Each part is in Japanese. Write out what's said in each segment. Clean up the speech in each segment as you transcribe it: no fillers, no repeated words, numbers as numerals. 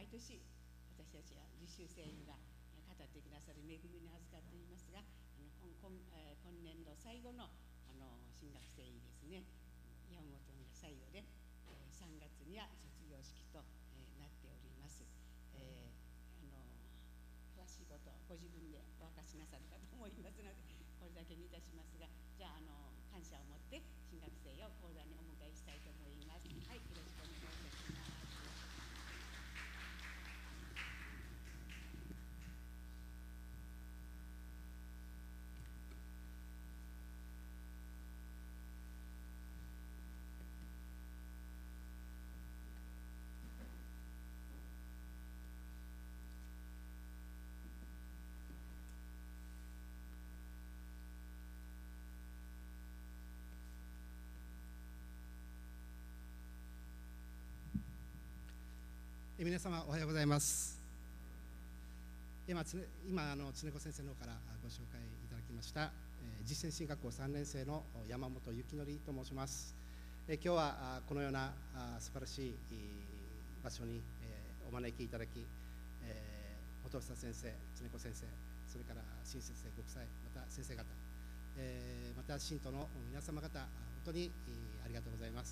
毎年私たちは実習生員が語ってくださる恵みに預かっていますが、今年度最後の新学生員ですね、山本が最後で3月には卒業式となっております。詳しいことをご自分でお明かしなさるかと思いますので、これだけにいたしますが、じゃあ感謝を持って新学生を講座にお迎えしたいと思います。はい、よろしくお願いいたします。 皆様おはようございます。今常子先生の方からご紹介いただきました実践進学校3年生の山本幸則と申します。今日はこのような素晴らしい場所にお招きいただき、本久先生、常子先生、それから新先生ご夫妻、また先生方、また信徒の皆様方、本当にありがとうございます。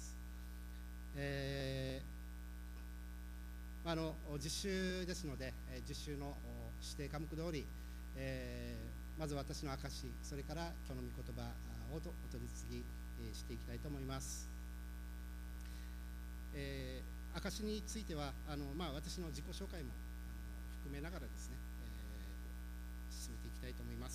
実習ですので、実習の指定科目通り、まず私の証、それから今日の御言葉をお取り次ぎしていきたいと思います。証については私の自己紹介も含めながらですね、進めていきたいと思います。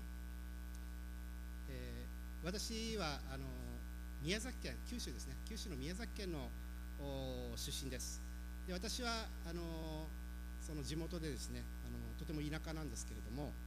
私は宮崎県、九州ですね、九州の宮崎県の出身です。で、私はその地元でですね、とても田舎なんですけれども、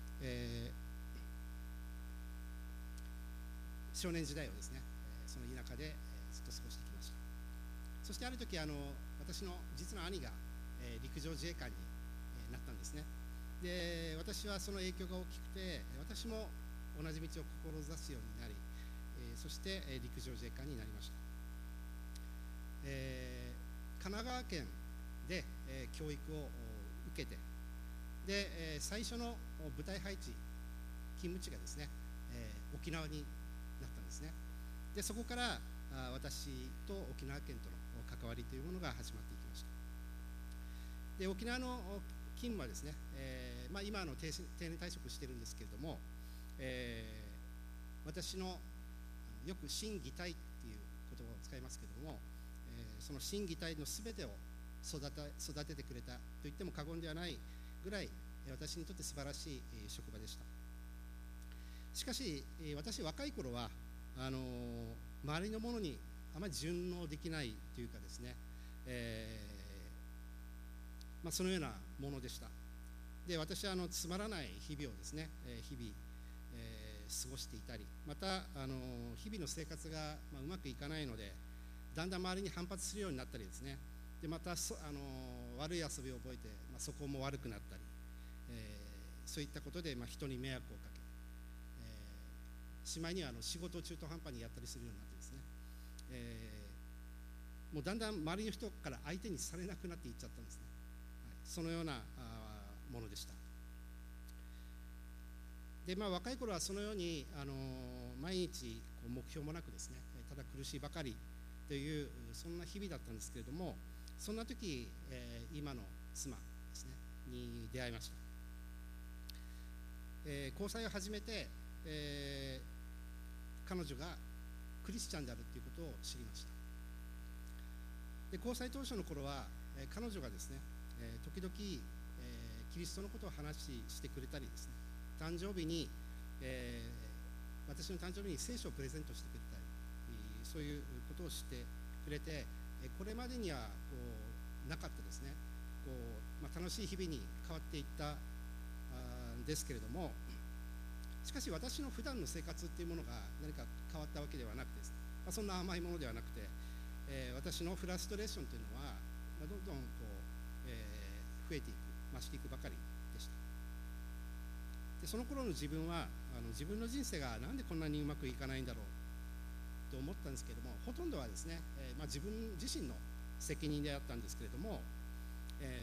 少年時代をですね、その田舎でずっと過ごしてきました。そしてある時私の実の兄が陸上自衛官になったんですね。で、私はその影響が大きくて、私も同じ道を志すようになり、そして陸上自衛官になりました。神奈川県で教育を受けて、で最初の部隊配置勤務地がですね、沖縄になったんですね。で、そこから私と沖縄県との関わりというものが始まっていきました。で、沖縄の勤務はですね、今定年退職してるんですけれども、私のよく心技体っていう言葉を使いますけれども、その心技体のすべてを育ててくれたと言っても過言ではないぐらい私にとって素晴らしい職場でした。しかし私若い頃は周りのものにあまり順応できないというかですね、そのようなものでした。で、私はつまらない日々をですね、日々過ごしていたり、また日々の生活がうまくいかないので、だんだん周りに反発するようになったりですね、でまた悪い遊びを覚えて、そこも悪くなったり、そういったことで人に迷惑をかけ、しまいには仕事を中途半端にやったりするようになってですね、もうだんだん周りの人から相手にされなくなっていっちゃったんですね。そのようなものでした。で、若い頃はそのように毎日目標もなくですね、ただ苦しいばかりというそんな日々だったんですけれども、そんな時、今の妻ですねに出会いました。交際を始めて、彼女がクリスチャンであるということを知りました。で、交際当初の頃は、彼女がですね、時々、キリストのことを話してくれたりですね、誕生日に、私の誕生日に聖書をプレゼントしてくれたり、そういうことをしてくれて、これまでにはなかったですね、楽しい日々に変わっていったんですけれども、しかし私の普段の生活っていうものが何か変わったわけではなくてですね、そんな甘いものではなくて、私のフラストレーションというのは、どんどん増えていく、増していくばかりでした。で、その頃の自分は自分の人生がなんでこんなにうまくいかないんだろうと思ったんですけれども、ほとんどはですね、自分自身の責任であったんですけれども、 え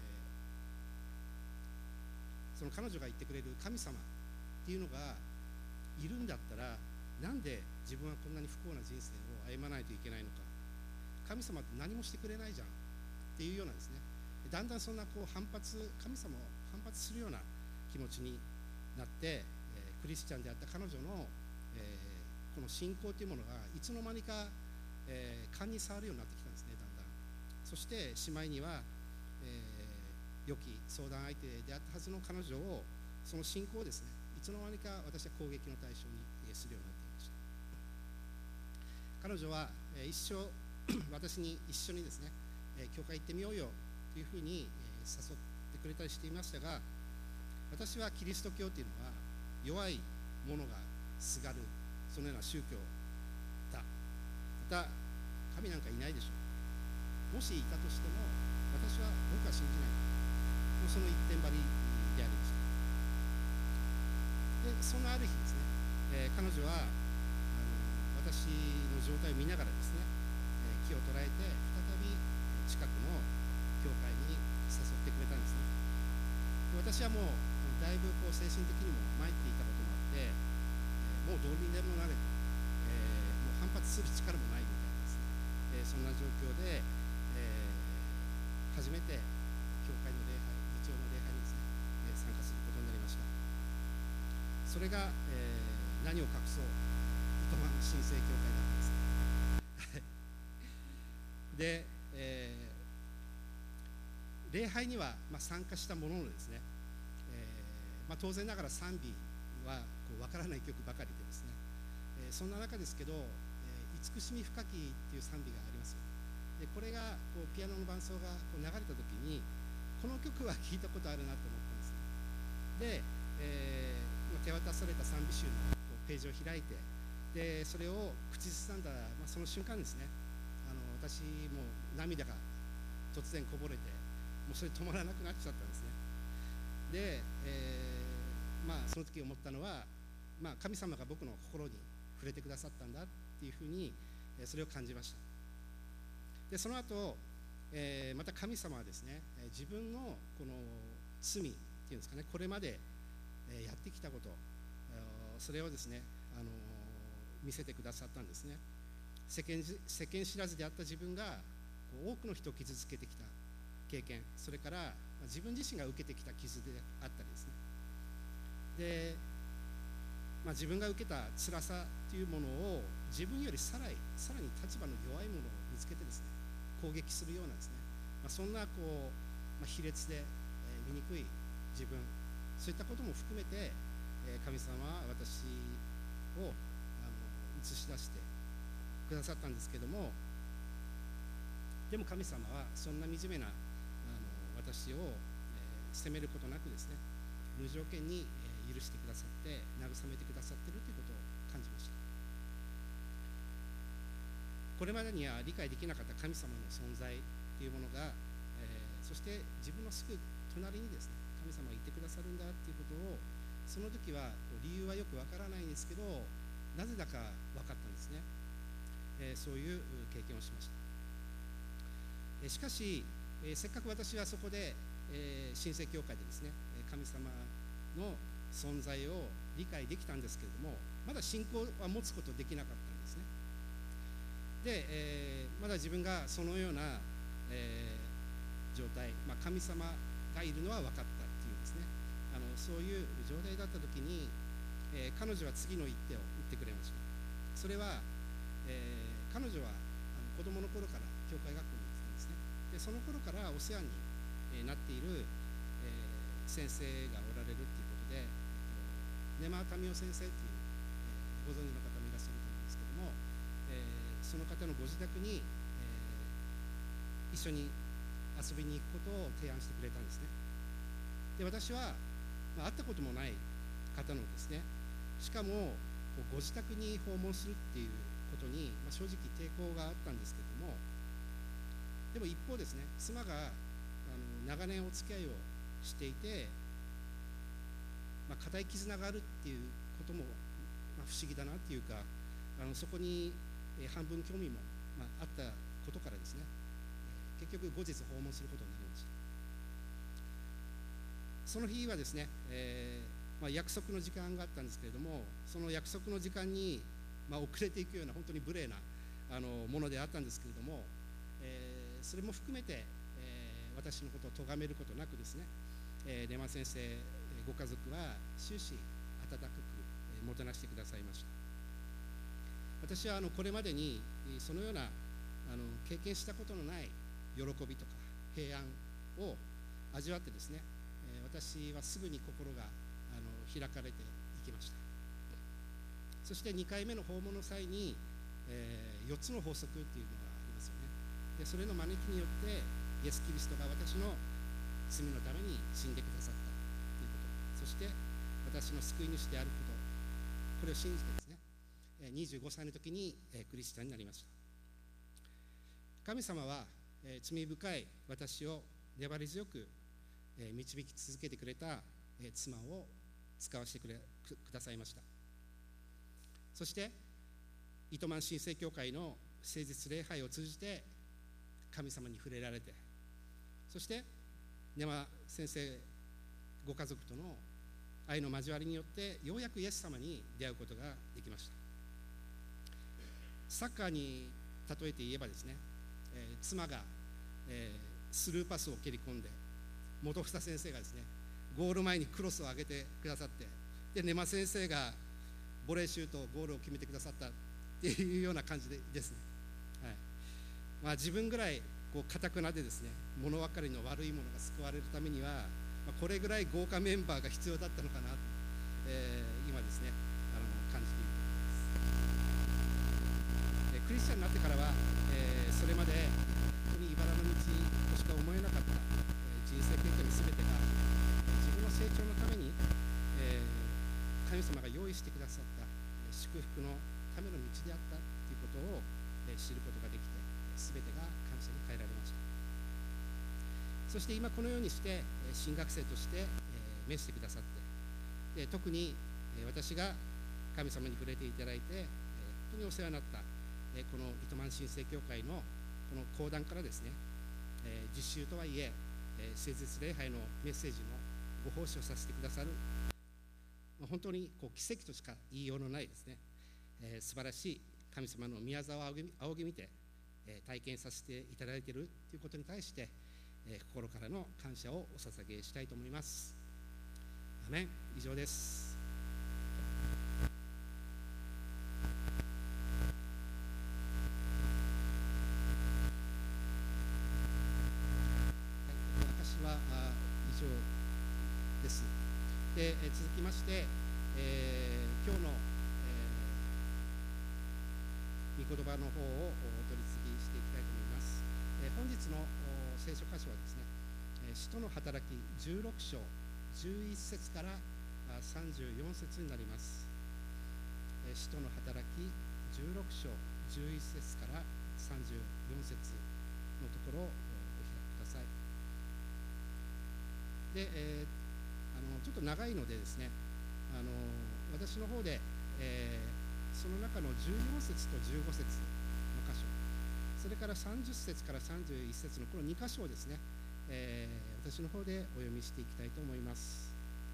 その彼女が言ってくれる神様っていうのがいるんだったら、なんで自分はこんなに不幸な人生を歩まないといけないのか、神様って何もしてくれないじゃんっていうようなですね、だんだんそんなこう神様を反発するような気持ちになって、クリスチャンであった彼女の、この信仰というものがいつの間にか、勘に触るようになってきたんですね、だんだん。そしてしまいには、良き相談相手であったはずの彼女を、その信仰をですね、いつの間にか私は攻撃の対象にするようになっていました。彼女は一生私に一緒にですね、教会行ってみようよというふうに誘ってくれたりしていましたが、私はキリスト教というのは弱い者がすがる、そのような宗教だ。また神なんかいないでしょう。もしいたとしても僕は信じない。もうその一点張りでありました。でそのある日ですね、彼女は私の状態を見ながらですね、気を捉えて再び近くの教会に誘ってくれたんですね。で私はもうだいぶこう精神的にも参っていたこともあって、もうどうにでもなれと、もう反発する力もないみたいなですね、そんな状況で、初めて教会の礼拝、日曜の礼拝にですね、参加することになりました。それが、何を隠そう、糸満新生教会だったんですね。で、礼拝には、参加したもののですね、当然ながら賛美はこう分からない曲ばかりでですね、そんな中ですけど、慈しみ深きっていう賛美がありますよ。でこれがこうピアノの伴奏がこう流れた時に、この曲は聴いたことあるなと思ったんですね。で、手渡された賛美集のこうページを開いて、でそれを口ずさんだ、その瞬間ですね、私もう涙が突然こぼれて、もうそれ止まらなくなっちゃったんですね。で、その時思ったのは、神様が僕の心に触れてくださったんだっていうふうに、それを感じました。でその後、また神様はですね、自分のこの罪っていうんですかね、これまでやってきたこと、それをですね、見せてくださったんですね。世間知らずであった自分が多くの人を傷つけてきた経験、それから自分自身が受けてきた傷であったりですね。で、自分が受けた辛さというものを自分よりさらに立場の弱いものを見つけてですね、攻撃するようなですね、そんなこう、卑劣で、醜い自分、そういったことも含めて、神様は私を映し出してくださったんですけども、でも神様はそんな惨めな私を、責めることなくですね、無条件に、許してくださって慰めてくださっているということを感じました。これまでには理解できなかった神様の存在というものが、そして自分のすぐ隣にですね、神様がいてくださるんだということを、その時は理由はよくわからないんですけど、なぜだか分かったんですね。そういう経験をしました。しかし、せっかく私はそこで、新生教会でですね、神様の存在を理解できたんですけれども、まだ信仰は持つことできなかったんですね。で、まだ自分がそのような、状態、神様がいるのは分かったっていうですね、そういう状態だった時に、彼女は次の一手を打ってくれました。それは、彼女は子供の頃から教会学校に行ってたんですね。でその頃からお世話になっている、先生がおられるっていうことで、根間民生先生っていう、ご存知の方もいらっしゃると思うんですけども、その方のご自宅に、一緒に遊びに行くことを提案してくれたんですね。で私は、会ったこともない方のですね、しかもご自宅に訪問するっていうことに、正直抵抗があったんですけれども、でも一方ですね、妻が長年お付き合いをしていて、固い絆があるっていうことも、不思議だなっていうか、そこに、半分興味も、あったことからですね、結局後日訪問することになりました。 その日はですね、約束の時間があったんですけれども、その約束の時間に、遅れていくような本当に無礼なものであったんですけれども、それも含めて、私のことを咎めることなくですね、レマ先生ご家族は終始温かくもてなしてくださいました。私はこれまでにそのような経験したことのない喜びとか平安を味わってですね、私はすぐに心が開かれていきました。そして2回目の訪問の際に、4つの法則というのがありますよね。でそれの招きによってイエス・キリストが私の罪のために死んでくださったということ、そして私の救い主であること、これを信じてですね、25歳の時にクリスチャンになりました。神様は罪深い私を粘り強く導き続けてくれた妻を使わせてくださいました。そして糸満新生教会の誠実礼拝を通じて神様に触れられて、そしてネマ先生ご家族との愛の交わりによってようやくイエス様に出会うことができました。サッカーに例えて言えばですね、妻が、スルーパスを蹴り込んで本房先生がですねゴール前にクロスを上げてくださって、でネマ先生がボレーシュートゴールを決めてくださったっていうような感じですね。自分ぐらいかたくなでですね物分かりの悪い者が救われるためには、これぐらい豪華メンバーが必要だったのかなと、今ですね感じているところです。クリスチャンになってからは、それまで本当に茨の道としか思えなかった、人生経験のすべてが自分の成長のために、神様が用意してくださった祝福のための道であったということを、知ることができて、すべてが感謝に変えられました。そして今このようにして神学生として召してくださって、特に私が神様に触れていただいて本当にお世話になったこの糸満新生教会のこの講談からですね、実習とはいえ誠実礼拝のメッセージのご奉仕をさせてくださる、本当に奇跡としか言いようのないですね、素晴らしい神様の宮沢を仰ぎ見て体験させていただいているということに対して、心からの感謝をお捧げしたいと思います。アメン。以上です。私は以上です。で続きまして、今日の、御言葉の方を取り次ぎしていきたいと思います。本日の聖書箇所はですね、使徒の働き16章11節から34節になります。使徒の働き16章11節から34節のところをお開きください。で、ちょっと長いのでですね、私の方で、その中の14節と15節の箇所、それから30節から31節のこの2箇所をですね、私の方でお読みしていきたいと思います。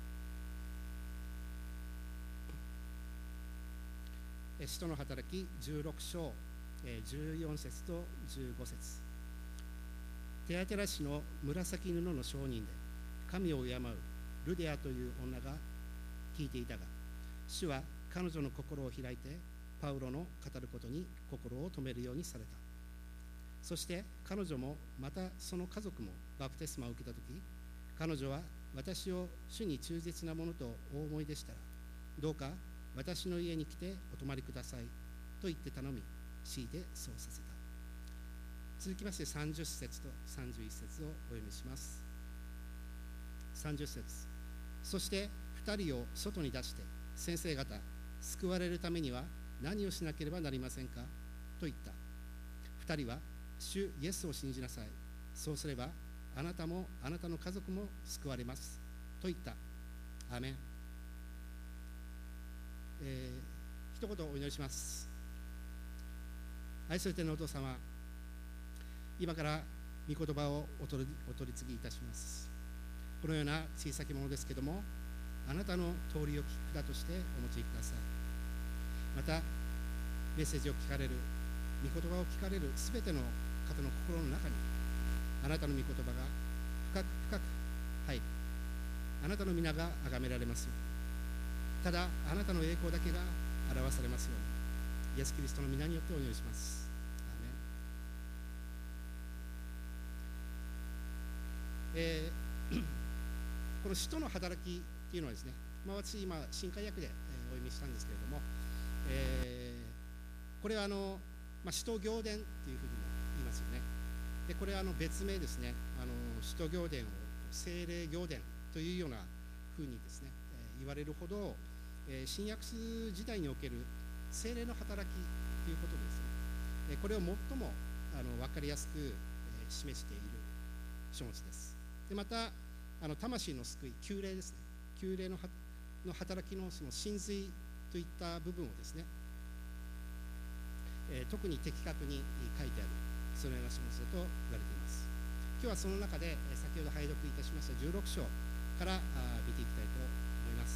使徒の働き16章14節と15節。テアテラ市の紫布の商人で神を敬うルデアという女が聞いていたが、主は彼女の心を開いてパウロの語ることに心を止めるようにされた。そして彼女もまたその家族もバプテスマを受けたとき、彼女は私を主に忠実なものとお思いでしたら、どうか私の家に来てお泊まりくださいと言って頼み、強いてそうさせた。続きまして30節と31節をお読みします。30節。そして2人を外に出して、先生方、救われるためには何をしなければなりませんかと言った。2人は、主イエスを信じなさい。そうすればあなたもあなたの家族も救われますと言った。アーメン。一言お祈りします。愛する天のお父様、今から御言葉をお取り次ぎいたします。 このような小さきものですけども、あなたの通りを聞く札としてお持ちください。またメッセージを聞かれる、御言葉を聞かれるすべての方の心の中に、あなたの御言葉が深く深く入り、あなたの皆が崇められますように、ただあなたの栄光だけが表されますように、イエス・キリストの皆によってお祈りします。アーメン。この使徒の働きというのはですね、私今新海訳でお読みしたんですけれども、これは使徒行伝というふうにも言いますよね。でこれは別名ですね、使徒行伝を聖霊行伝というようなふうにですね、言われるほど、新約時代における聖霊の働きということですね、これを最も分かりやすく示している書物です。でまた魂の救い、救霊ですね、救霊の働きのその真髄といった部分をですね、特に的確に書いてある、そのような書物だと言われています。今日はその中で先ほど拝読いたしました16章から見ていきたいと思います。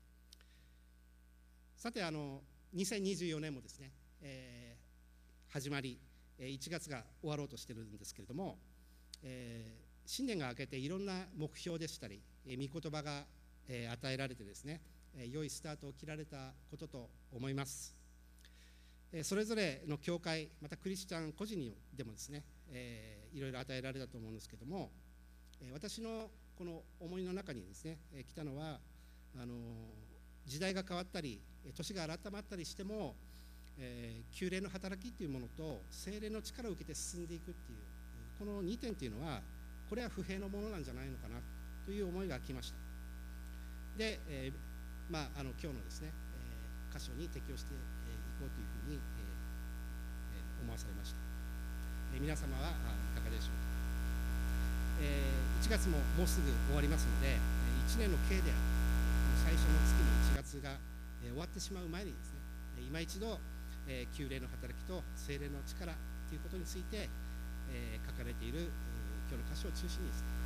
さて2024年もですね、始まり1月が終わろうとしているんですけれども、新年が明けていろんな目標でしたり御言葉が与えられてですね、良いスタートを切られたことと思います。それぞれの教会、またクリスチャン個人にでもですね、いろいろ与えられたと思うんですけども、私のこの思いの中にですね、来たのは時代が変わったり年が改まったりしても、救霊の働きというものと聖霊の力を受けて進んでいくっていうこの2点というのは、これは不平のものなんじゃないのかなという思いが来ました。で、今日のですね、箇所に適用していこうというふうに、思わされました。皆様はいかがでしょうか。1月ももうすぐ終わりますので、1年の計である最初の月の1月が終わってしまう前にですね、今一度救霊の働きと聖霊の力ということについて、書かれている今日の箇所を中心にですね、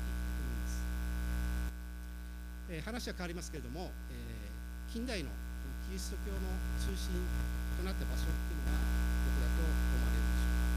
見ていきたいと思います。話は変わりますけれども、近代のキリスト教の中心となった場所っていうのはどこだと思われる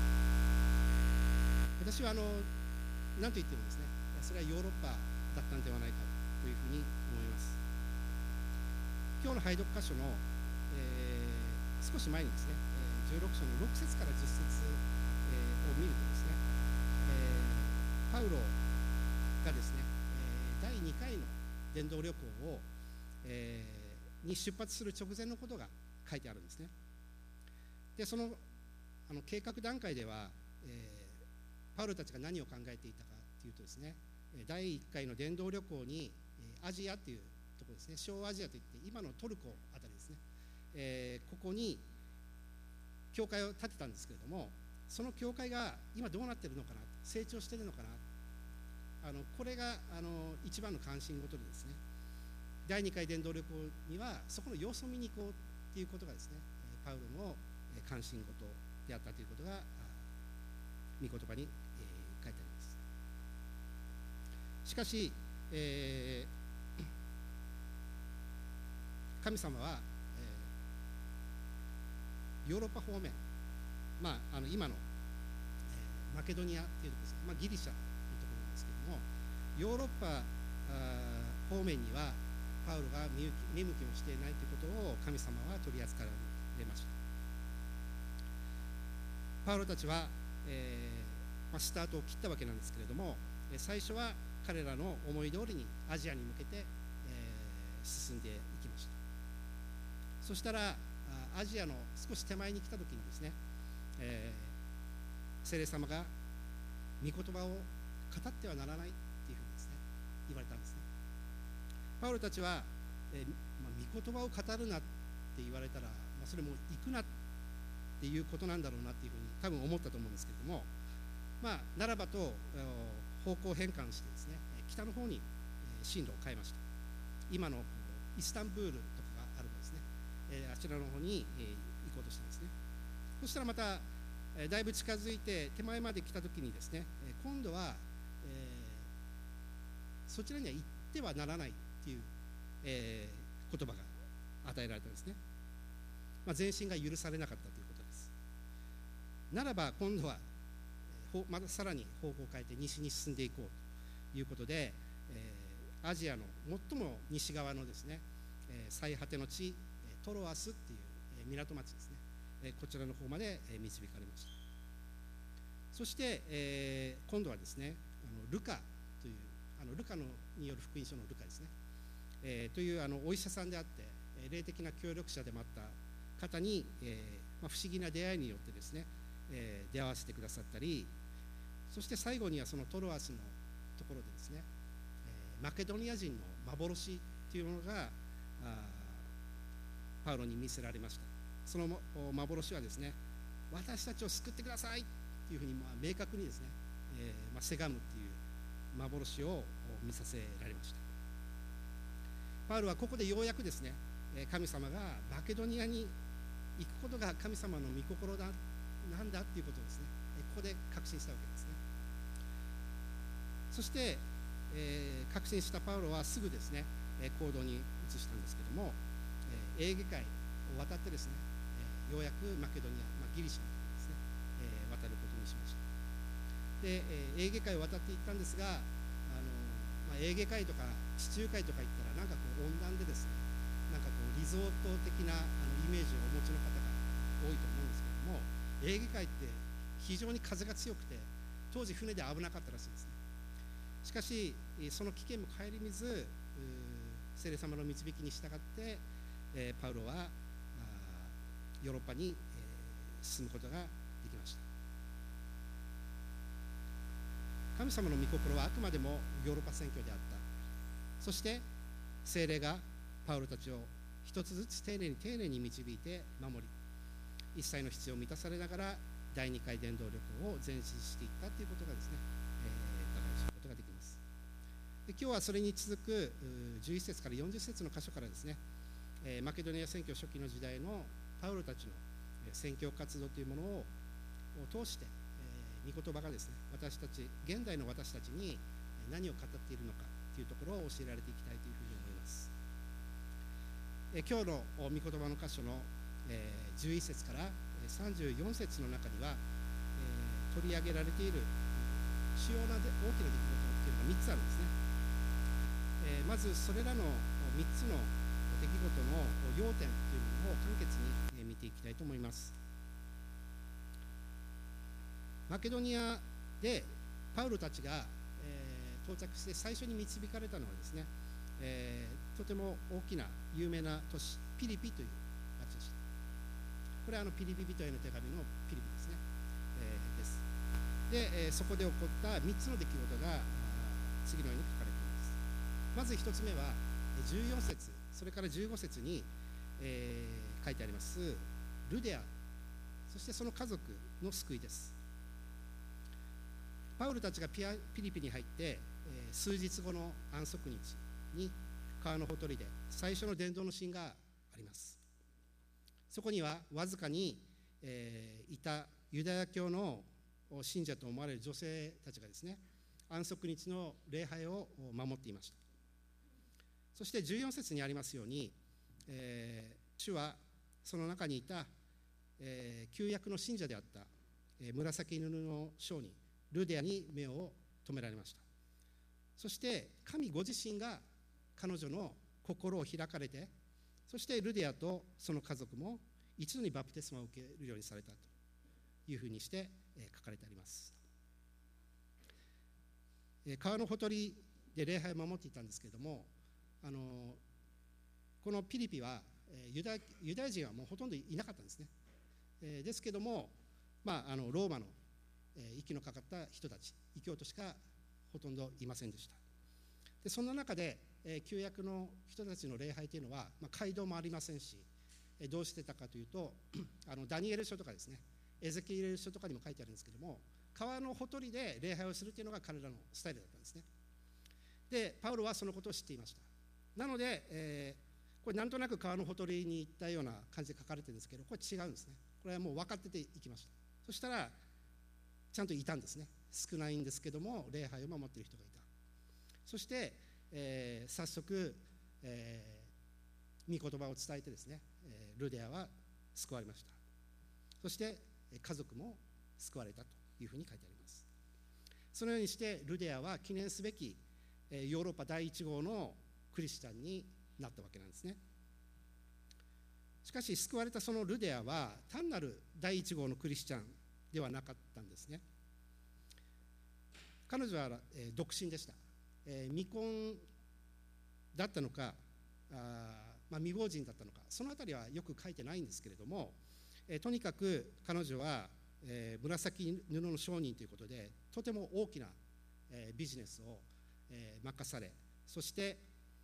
でしょうか。私は何と言ってもですね、それはヨーロッパだったのではないかというふうに思います。今日の拝読箇所の、少し前にですね、16章の6節から10節を見るとですね、パウロがですね、第2回の伝道旅行を、に出発する直前のことが書いてあるんですね。でその計画段階では、パウロたちが何を考えていたかというとですね、第1回の伝道旅行にアジアというところですね、小アジアといって今のトルコあたりですね、ここに教会を建てたんですけれども、その教会が今どうなっているのかな、成長しているのかな、これが一番の関心事でですね、第2回伝道旅行にはそこの様子を見に行こうということがですね、パウロの関心事であったということが御言葉に書いてあります。しかし、神様は、ヨーロッパ方面、今の、マケドニアというところですね、ギリシャというところなんですけれども、ヨーロッパ方面にはパウロが見向きもしていないということを神様は取り扱われました。パウロたちは、スタートを切ったわけなんですけれども、最初は彼らの思い通りにアジアに向けて、進んでいきました。そしたらアジアの少し手前に来た時にですね、聖霊様が御言葉を語ってはならないというふうにですね、言われたんですね。パウロたちは、御言葉を語るなって言われたら、それも行くなっていうことなんだろうなっていうふうに多分思ったと思うんですけれども、ならばと方向変換してですね、北の方に進路を変えました。今のイスタンブールとかがあるんですね、あちらの方に行こうとしたんですね。そしたらまただいぶ近づいて手前まで来た時にですね、今度はそちらには行ってはならないという、言葉が与えられたんですね。前進が許されなかったということです。ならば今度はまたさらに方向を変えて西に進んでいこうということで、アジアの最も西側のですね、最果ての地トロアスっていう港町ですね、こちらの方まで導かれました。そして、今度はですね、ルカというルカによる福音書のルカですね、というお医者さんであって霊的な協力者でもあった方に、不思議な出会いによってですね、出会わせてくださったり、そして最後にはそのトロアスのところでですね、マケドニア人の幻というものがパウロに見せられました。その幻はですね、私たちを救ってくださいというふうに明確にですね、せがむという幻を見させられました。パウロはここでようやくですね、神様がマケドニアに行くことが神様の御心なんだということをですね、ここで確信したわけですね。そして、確信したパウロはすぐですね、行動に移したんですけども、エーゲ海を渡ってですね、ようやくマケドニア、ギリシャのですね、渡ることにしました。で、エーゲ海を渡っていったんですが、エーゲ海とか地中海とか行ったらなんか温暖でですね、なんかリゾート的なイメージをお持ちの方が多いと思うんですけども、エーゲ海って非常に風が強くて当時船で危なかったらしいですね。しかしその危険も顧みず聖霊様の導きに従って、パウロはヨーロッパに、進むことができました。神様の御心はあくまでもヨーロッパ宣教であった。そして聖霊がパウロたちを一つずつ丁寧に導いて守り、一切の必要を満たされながら第2回伝道旅行を前進していったということがですね、伺い知ることができます。で、今日はそれに続く11節から40節の箇所からですね、マケドニア宣教初期の時代のパウロたちの宣教活動というものを通して、御言葉がですね、私たち現代の私たちに何を語っているのかというところを教えられていきたいというふうに思います。今日の御言葉の箇所の11節から34節の中には、取り上げられている主要な大きな出来事というのが3つあるんですね。まずそれらの3つの出来事の要点というものを簡潔に見ていきたいと思います。マケドニアでパウロたちが、到着して最初に導かれたのはですね、とても大きな有名な都市ピリピという町でした。これはピリピ人への手紙のピリピですね、です。で、そこで起こった3つの出来事が次のように書かれています。まず1つ目は14節それから15節に、書いてありますルデア、そしてその家族の救いです。パウルたちがピリピに入って、数日後の安息日に川のほとりで最初の伝道のシーンがあります。そこにはわずかに、いたユダヤ教の信者と思われる女性たちがですね、安息日の礼拝を守っていました。そして14節にありますように、主はその中にいた、旧約の信者であった、紫布の商人ルデアに目を留められました。そして神ご自身が彼女の心を開かれて、そしてルデアとその家族も一度にバプテスマを受けるようにされたというふうにして書かれてあります。川のほとりで礼拝を守っていたんですけれども、このピリピはユダヤ人はもうほとんどいなかったんですね。ですけども、ローマの息のかかった人たち、異教徒しかほとんどいませんでした。でそんな中で、旧約の人たちの礼拝というのは、街道もありませんし、どうしてたかというとダニエル書とかですね、エゼキエル書とかにも書いてあるんですけども、川のほとりで礼拝をするというのが彼らのスタイルだったんですね。でパウロはそのことを知っていました。なので、これなんとなく川のほとりに行ったような感じで書かれてるんですけど、これ違うんですね。これはもう分かってて行きました。そしたらちゃんといたんですね。少ないんですけども礼拝を守っている人がいた。 そして、早速、御言葉を伝えてですね、ルデアは救われました。そして家族も救われたというふうに書いてあります。そのようにしてルデアは記念すべきヨーロッパ第1号のクリスチャンになったわけなんですね。しかし救われたそのルデアは単なる第1号のクリスチャンではなかったんですね。彼女は、独身でした。未婚だったのか未亡人だったのか、そのあたりはよく書いてないんですけれども、とにかく彼女は、紫布の商人ということでとても大きな、ビジネスを、任され、そして、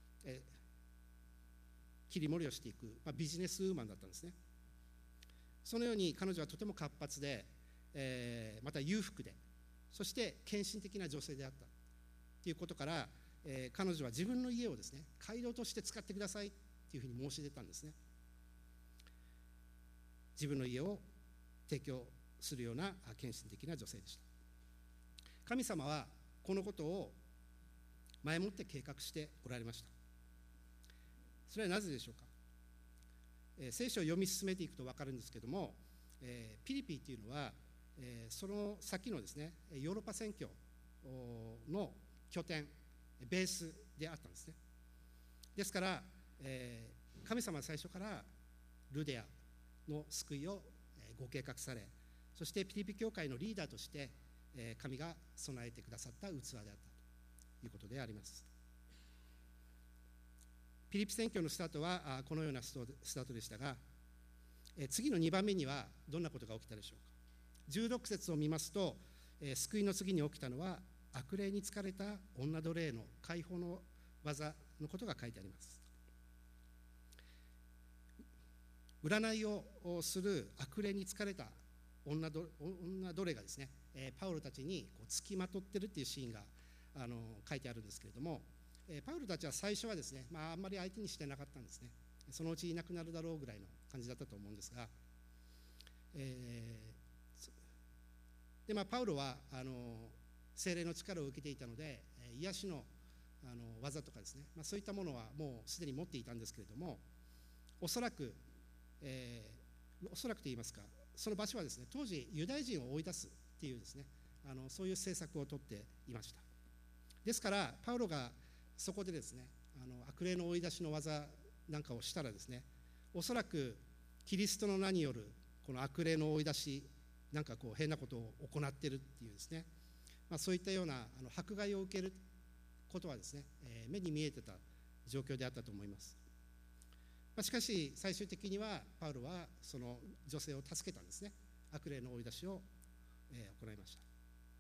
切り盛りをしていく、ビジネスウーマンだったんですね。そのように彼女はとても活発で、また裕福で、そして献身的な女性であったということから、彼女は自分の家をですね、街道として使ってくださいというふうに申し出たんですね。自分の家を提供するような献身的な女性でした。神様はこのことを前もって計画しておられました。それはなぜでしょうか。聖書を読み進めていくと分かるんですけども、ピリピというのは、その先のですね、ヨーロッパ宣教の拠点、ベースであったんですね。ですから、神様は最初からルデアの救いをご計画され、そしてピリピ教会のリーダーとして神が備えてくださった器であったということであります。ピリピ宣教のスタートはこのようなスタートでしたが、次の2番目にはどんなことが起きたでしょうか。16節を見ますと、救いの次に起きたのは悪霊に疲れた女奴隷の解放の技のことが書いてあります。占いをする悪霊に疲れた女奴隷がですね、パウロたちにつきまとってるっていうシーンが書いてあるんですけれども、パウロたちは最初はですね、あんまり相手にしてなかったんですね。そのうちいなくなるだろうぐらいの感じだったと思うんですが、でパウロは聖霊の力を受けていたので、癒しの技とかですね、そういったものはもうすでに持っていたんですけれども、おそらくと言いますか、その場所はですね、当時ユダヤ人を追い出すっていうですね、そういう政策をとっていました。ですからパウロがそこでですね、悪霊の追い出しの技なんかをしたらですね、おそらくキリストの名によるこの悪霊の追い出しなんか変なことを行っているっていうですね、そういったような迫害を受けることはですね、目に見えてた状況であったと思います。しかし最終的にはパウロはその女性を助けたんですね。悪霊の追い出しを、行いました。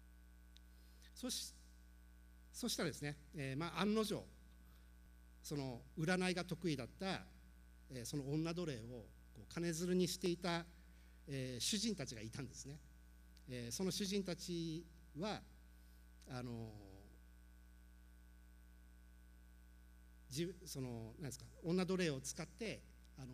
そしたらですね、案の定その占いが得意だった、その女奴隷を金づるにしていた、主人たちがいたんですね。その主人たちはなんですか、女奴隷を使って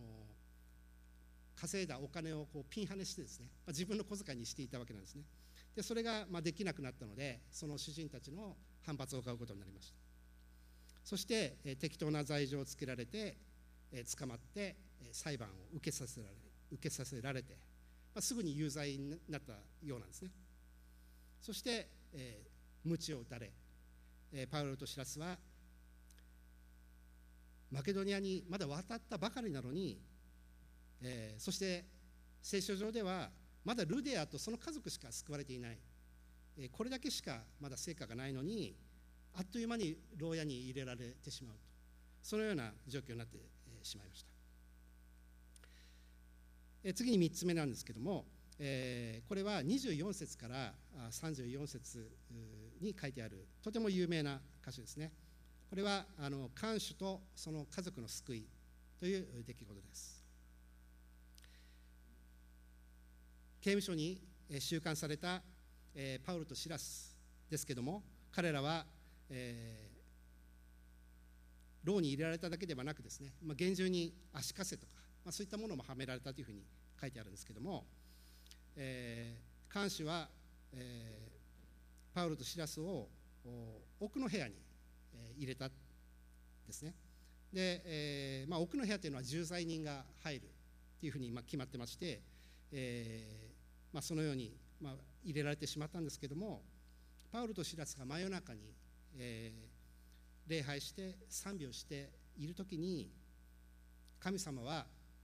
稼いだお金をピンハネしてですね、自分の小遣いにしていたわけなんですね。でそれができなくなったので、その主人たちの反発を買うことになりました。そして、適当な罪状をつけられて、捕まって裁判を受けさせられて、すぐに有罪になったようなんですね。そして、鞭を打たれ、パウロとシラスはマケドニアにまだ渡ったばかりなのに、そして聖書上ではまだルデアとその家族しか救われていない、これだけしかまだ成果がないのに、あっという間に牢屋に入れられてしまうと、そのような状況になってしまいました。次に3つ目なんですけども、これは24節から34節に書いてあるとても有名な箇所ですね。これは看守とその家族の救いという出来事です。刑務所に収監されたパウロとシラスですけども、彼らは牢に入れられただけではなくですね、厳重に足かせとか、そういったものもはめられたというふうに書いてあるんですけども、看守は、パウロとシラスを奥の部屋に入れたんですね。で、奥の部屋というのは重罪人が入るというふうに決まってまして、そのように、入れられてしまったんですけども、パウロとシラスが真夜中に、礼拝して賛美をしているときに、神様は、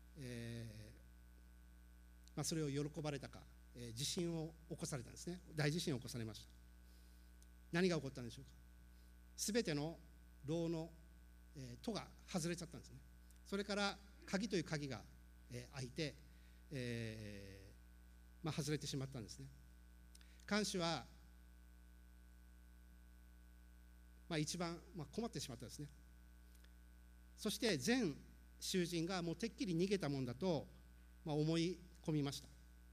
それを喜ばれたか、地震を起こされたんですね。大地震を起こされました。何が起こったんでしょうか。すべての牢の戸が外れちゃったんですね。それから鍵という鍵が開いて、外れてしまったんですね。看守は、一番困ってしまったんですね。そして全囚人がもうてっきり逃げたもんだと思い込みました。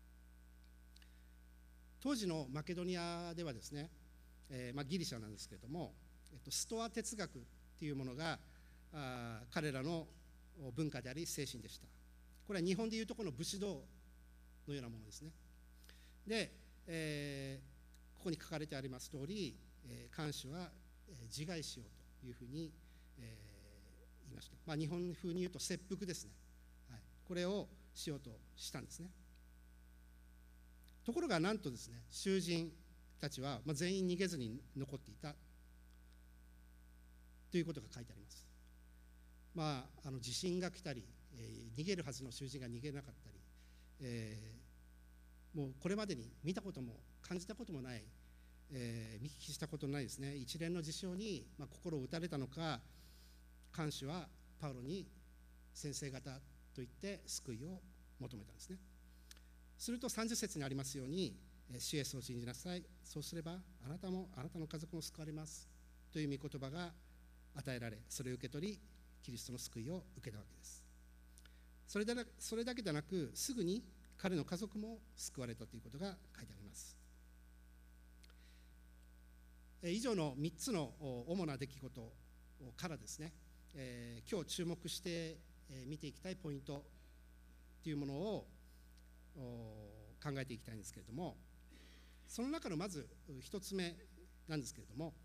当時のマケドニアではですね、ギリシャなんですけれども、ストア哲学というものが彼らの文化であり精神でした。これは日本でいうとこの武士道のようなものですね。で、ここに書かれてあります通り、看守は自害しようというふうに、言いました。日本風に言うと切腹ですね。これをしようとしたんですね。ところがなんとですね、囚人たちは全員逃げずに残っていたということが書いてあります。地震が来たり、逃げるはずの囚人が逃げなかったり、もうこれまでに見たことも感じたこともない、見聞きしたことのないですね、一連の事象に、心を打たれたのか、看守はパウロに先生方と言って救いを求めたんですね。すると30節にありますように、主イエスを信じなさい、そうすればあなたもあなたの家族も救われますという御言葉が与えられ、それを受け取りキリストの救いを受けたわけです。それだけでなく、すぐに彼の家族も救われたということが書いてあります。以上の3つの主な出来事からですね、今日注目して見ていきたいポイントというものを考えていきたいんですけれども、その中のまず一つ目なんですけれども、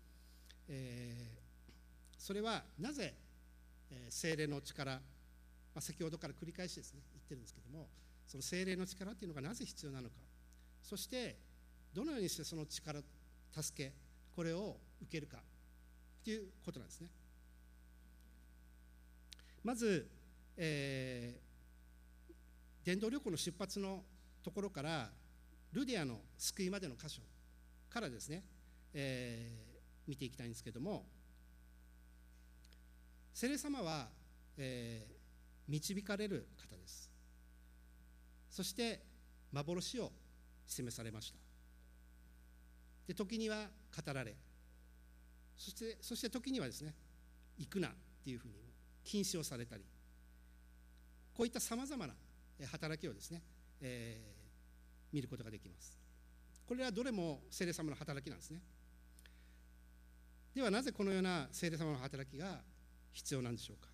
それはなぜ聖霊の力、先ほどから繰り返しですね言ってるんですけれども、その聖霊の力というのがなぜ必要なのか、そしてどのようにしてその力、助け、これを受けるかということなんですね。まず、伝道旅行の出発のところからルディアの救いまでの箇所からですね、見ていきたいんですけれども、聖霊様は、導かれる方です。そして幻を示されました。で、時には語られ、そして時にはですね、行くなっていうふうに禁止をされたり、こういったさまざまな働きをですね、見ることができます。これはどれも聖霊様の働きなんですね。ではなぜこのような聖霊様の働きが必要なんでしょうか。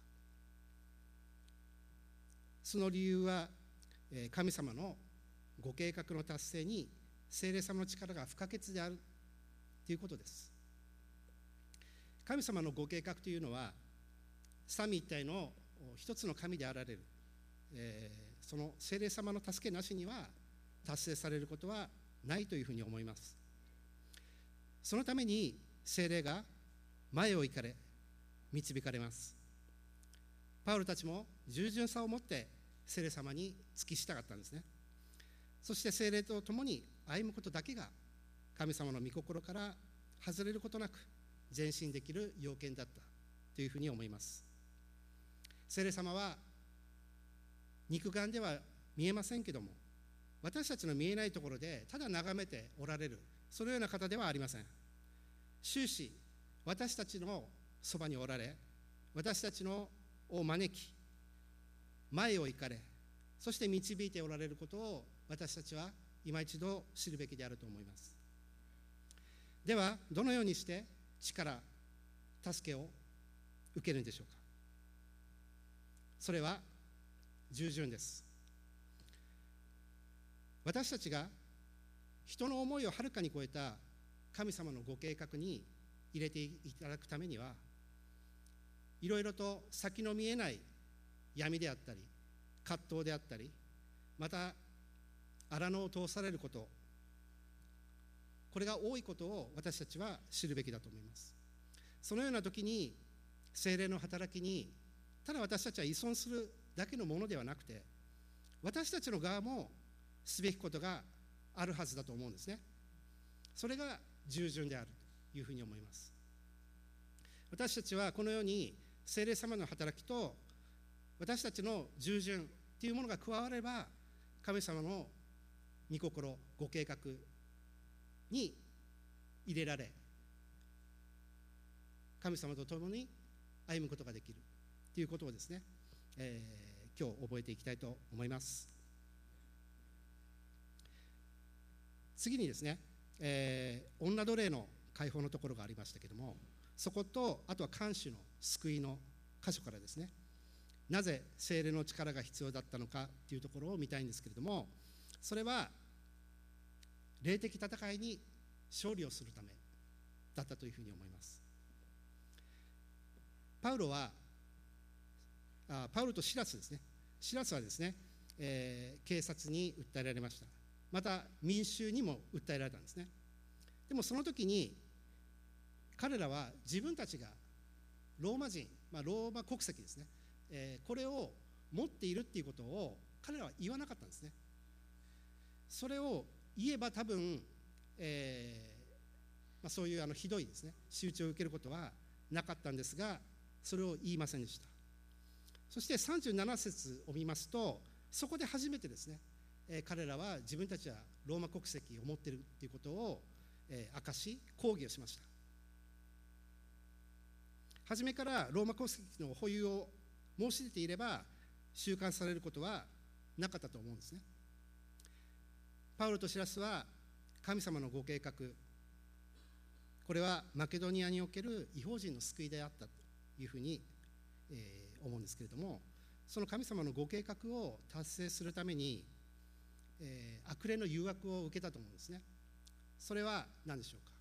その理由は、神様のご計画の達成に聖霊様の力が不可欠であるということです。神様のご計画というのは三位一体の一つの神であられる、その聖霊様の助けなしには達成されることはないというふうに思います。そのために聖霊が前を行かれ導かれます。パウロたちも従順さを持って聖霊様に付き従ったんですね。そして聖霊と共に歩むことだけが神様の御心から外れることなく前進できる要件だったというふうに思います。聖霊様は肉眼では見えませんけども、私たちの見えないところでただ眺めておられる、そのような方ではありません。終始私たちのそばにおられ、私たちのを招き、前を行かれ、そして導いておられることを私たちは今一度知るべきであると思います。ではどのようにして力、助けを受けるんでしょうか。それは従順です。私たちが人の思いをはるかに超えた神様のご計画に入れていただくためには、 いろいろと先の見えない闇であったり葛藤であったり、また荒野を通されること、これが多いことを私たちは知るべきだと思います。そのような時に聖霊の働きにただ私たちは依存するだけのものではなくて、私たちの側もすべきことがあるはずだと思うんですね。それが従順であるというふうに思います。私たちはこのように聖霊様の働きと私たちの従順というものが加われば、神様の御心、ご計画に入れられ、神様と共に歩むことができるということをですね、今日覚えていきたいと思います。次にですね、女奴隷の解放のところがありましたけれども、そことあとは看守の救いの箇所からですね、なぜ聖霊の力が必要だったのかというところを見たいんですけれども、それは霊的戦いに勝利をするためだったというふうに思います。パウロとシラスですね。シラスはですね、警察に訴えられました。また民衆にも訴えられたんですね。でもその時に彼らは自分たちがローマ人、ローマ国籍ですね、これを持っているっていうことを彼らは言わなかったんですね。それを言えば多分、そういうひどいですね仕打ちを受けることはなかったんですが、それを言いませんでした。そして37節を見ますと、そこで初めてですね、彼らは自分たちはローマ国籍を持っているということを、明かし抗議をしました。初めからローマ国籍の保有を申し出ていれば収監されることはなかったと思うんですね。パウロとシラスは神様のご計画、これはマケドニアにおける異邦人の救いであったというふうに、思うんですけれども、その神様のご計画を達成するために、悪霊の誘惑を受けたと思うんですね。それは何でしょうか。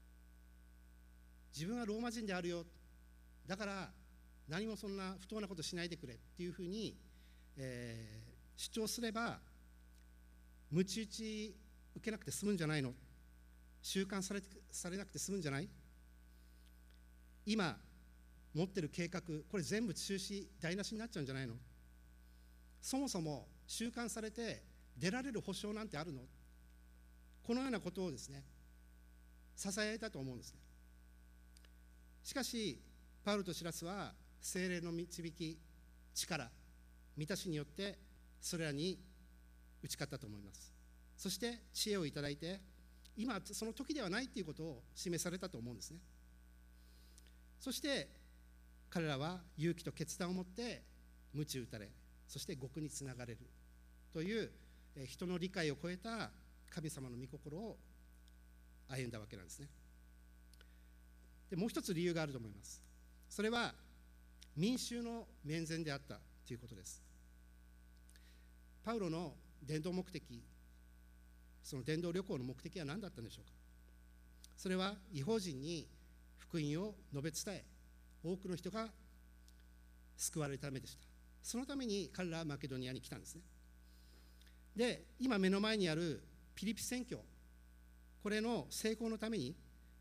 自分はローマ人であるよ、だから何もそんな不当なことしないでくれっていうふうに、主張すれば鞭打ち受けなくて済むんじゃないの、収監されなくて済むんじゃない、今持ってる計画これ全部中止台無しになっちゃうんじゃないの、そもそも収監されて出られる保証なんてあるの、このようなことをですねささやいたと思うんですね。しかしパウロとシラスは聖霊の導き、力、満たしによってそれらに打ち勝ったと思います。そして知恵をいただいて、今その時ではないということを示されたと思うんですね。そして彼らは勇気と決断を持って鞭打たれ、そして極につながれるという人の理解を超えた神様の御心を歩んだわけなんですね。でもう一つ理由があると思います。それは民衆の面前であったということです。パウロの伝道目的、その伝道旅行の目的は何だったんでしょうか。それは異邦人に福音を述べ伝え、多くの人が救われるためでした。そのために彼らはマケドニアに来たんですね。で、今目の前にあるピリピ宣教、これの成功のために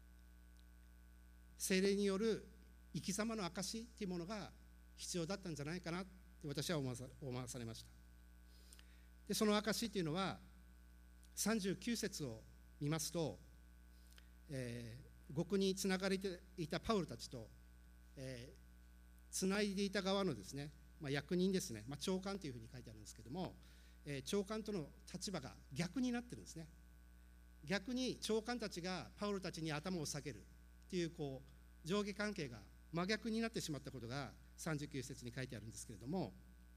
聖霊による生き様の証というものが必要だったんじゃないかなって私は思わされました。でその証というのは39節を見ますと、獄につながれていたパウロたちと、つないでいた側のですね、役人ですね、長官というふうに書いてあるんですけども、長官との立場が逆になってるんですね。逆に長官たちがパウロたちに頭を下げるという、上下関係が真逆になってしまったことが39節に書いてあるんですけれども、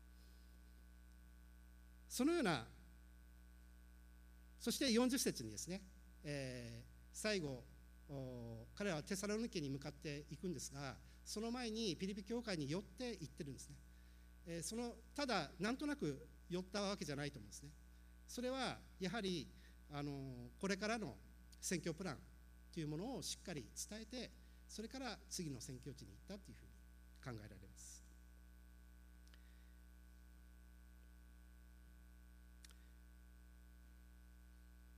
そのような、そして40節にですね、最後彼らはテサロニケに向かっていくんですが、その前にピリピ教会に寄って行ってるんですね。ただなんとなく寄ったわけじゃないと思うんですね。それはやはりこれからの宣教プランというものをしっかり伝えて、それから次の宣教地に行ったというふうに考えられます。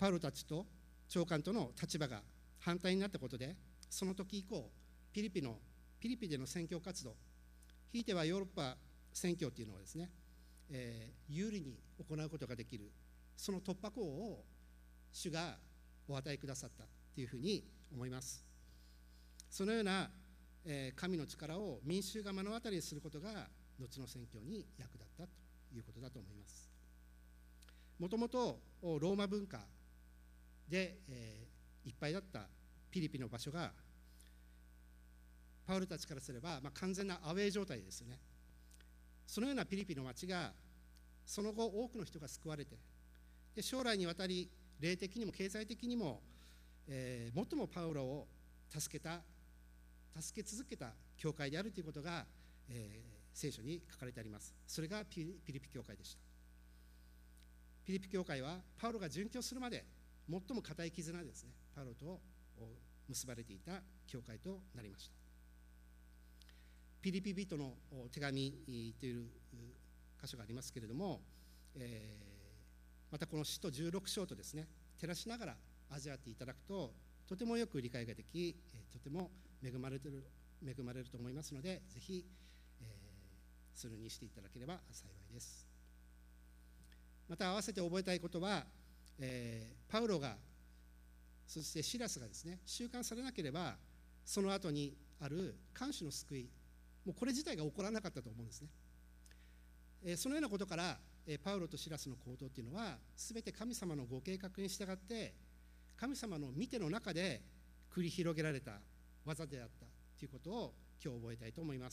パウロたちと長官との立場が反対になったことで、その時以降ピリピでの宣教活動、ひいてはヨーロッパ宣教というのをですね、有利に行うことができる、その突破口を主がお与えくださったというふうに思います。そのような神の力を民衆が目の当たりにすることが後の宣教に役立ったということだと思います。もともとローマ文化で、いっぱいだったピリピの場所がパウロたちからすれば、完全なアウェー状態ですよね。そのようなピリピの町がその後多くの人が救われて、で将来にわたり霊的にも経済的にも、最もパウロを助け続けた教会であるということが、聖書に書かれてあります。それがピリピ教会でした。ピリピ教会はパウロが殉教するまで最も固い絆ですね、パウロと結ばれていた教会となりました。ピリピ人の手紙という箇所がありますけれども、またこの使徒16章とですね照らしながら味わっていただくと、とてもよく理解ができ、とても恵まれると思いますので、ぜひ、それにしていただければ幸いです。また合わせて覚えたいことは、パウロがそしてシラスがですね収監されなければ、その後にある看守の救い、もうこれ自体が起こらなかったと思うんですね。そのようなことから、パウロとシラスの行動というのは全て神様のご計画に従って神様の見ての中で繰り広げられた技であったということを今日覚えたいと思います。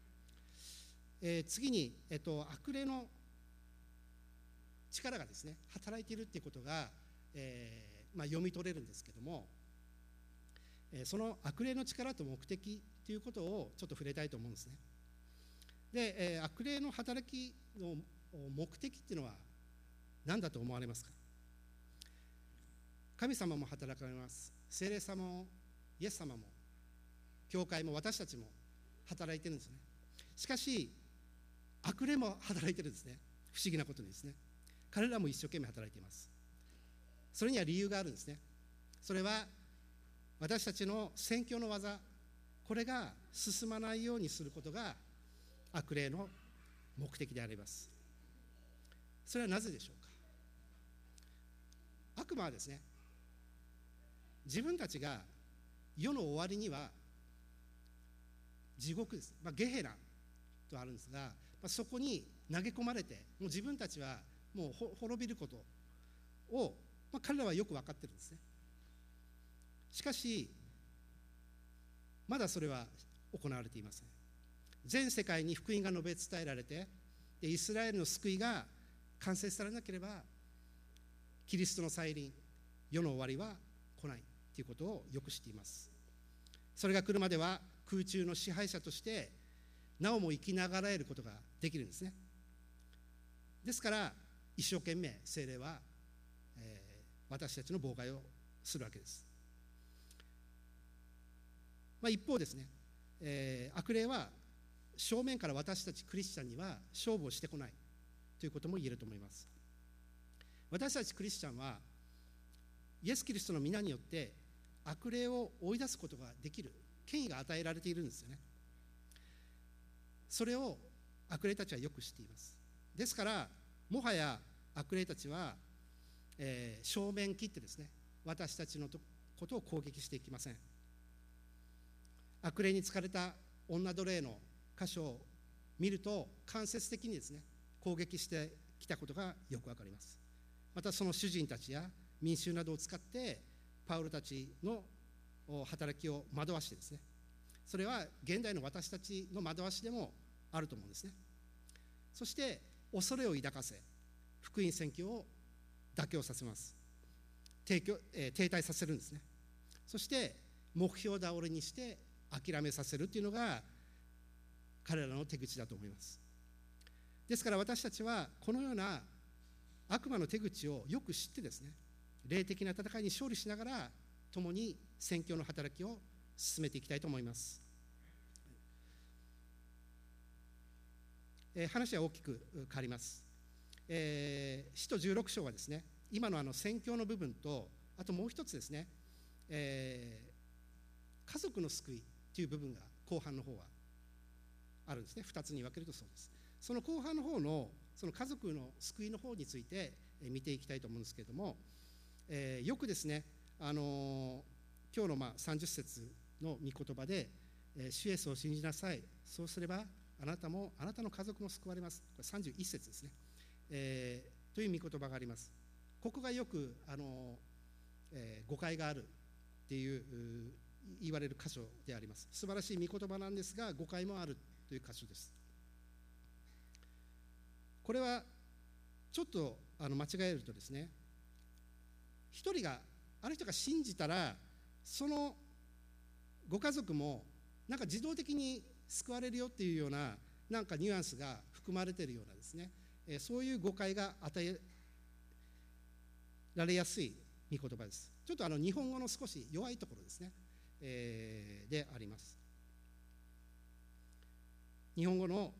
次に、悪霊の力がですね働いているということが、読み取れるんですけども、その悪霊の力と目的ということをちょっと触れたいと思うんですね。で、悪霊の働きの目的っていうのは何だと思われますか？神様も働かれます。聖霊様もイエス様も教会も私たちも働いてるんですね。しかし悪霊も働いてるんですね。不思議なことにですね、彼らも一生懸命働いています。それには理由があるんですね。それは私たちの宣教の技、これが進まないようにすることが悪霊の目的であります。それはなぜでしょうか？悪魔はですね、自分たちが世の終わりには地獄です、ゲヘナとあるんですが、そこに投げ込まれて、もう自分たちはもう滅びることを、彼らはよく分かってるんですね。しかしまだそれは行われていません。全世界に福音が述べ伝えられて、でイスラエルの救いが完成されなければキリストの再臨、世の終わりは来ないということをよく知っています。それが来るまでは空中の支配者としてなおも生きながらえることができるんですね。ですから一生懸命聖霊は、私たちの妨害をするわけです。一方ですね、悪霊は正面から私たちクリスチャンには勝負をしてこないということも言えると思います。私たちクリスチャンはイエス・キリストの皆によって悪霊を追い出すことができる権威が与えられているんですよね。それを悪霊たちはよく知っています。ですからもはや悪霊たちは、正面切ってですね私たちのことを攻撃していきません。悪霊に疲れた女奴隷の箇所を見ると間接的にですね攻撃してきたことがよくわかります。またその主人たちや民衆などを使ってパウロたちの働きを惑わしてですね、それは現代の私たちの惑わしでもあると思うんですね。そして恐れを抱かせ福音宣教を妥協させます。停滞させるんですね。そして目標倒れにして諦めさせるというのが彼らの手口だと思います。ですから私たちはこのような悪魔の手口をよく知ってですね、霊的な戦いに勝利しながら共に宣教の働きを進めていきたいと思います。話は大きく変わります。使徒16章はですね、 今の宣教の部分と、あともう一つですね、家族の救いという部分が後半の方はあるんですね。2つに分けるとそうです。その後半の方のその家族の救いの方について見ていきたいと思うんですけれども、よくですね、今日の30節の御言葉で、主イエスを信じなさい、そうすればあなたもあなたの家族も救われます。これ31節ですね、という御言葉があります。ここがよく誤解があるっていう言われる箇所であります。素晴らしい御言葉なんですが、誤解もあるという箇所です。これはちょっと間違えるとですね、ある人が信じたら、そのご家族もなんか自動的に救われるよっていうようななんかニュアンスが含まれているようなですね、そういう誤解が与えられやすい御言葉です。ちょっと日本語の少し弱いところですね、であります。日本語の、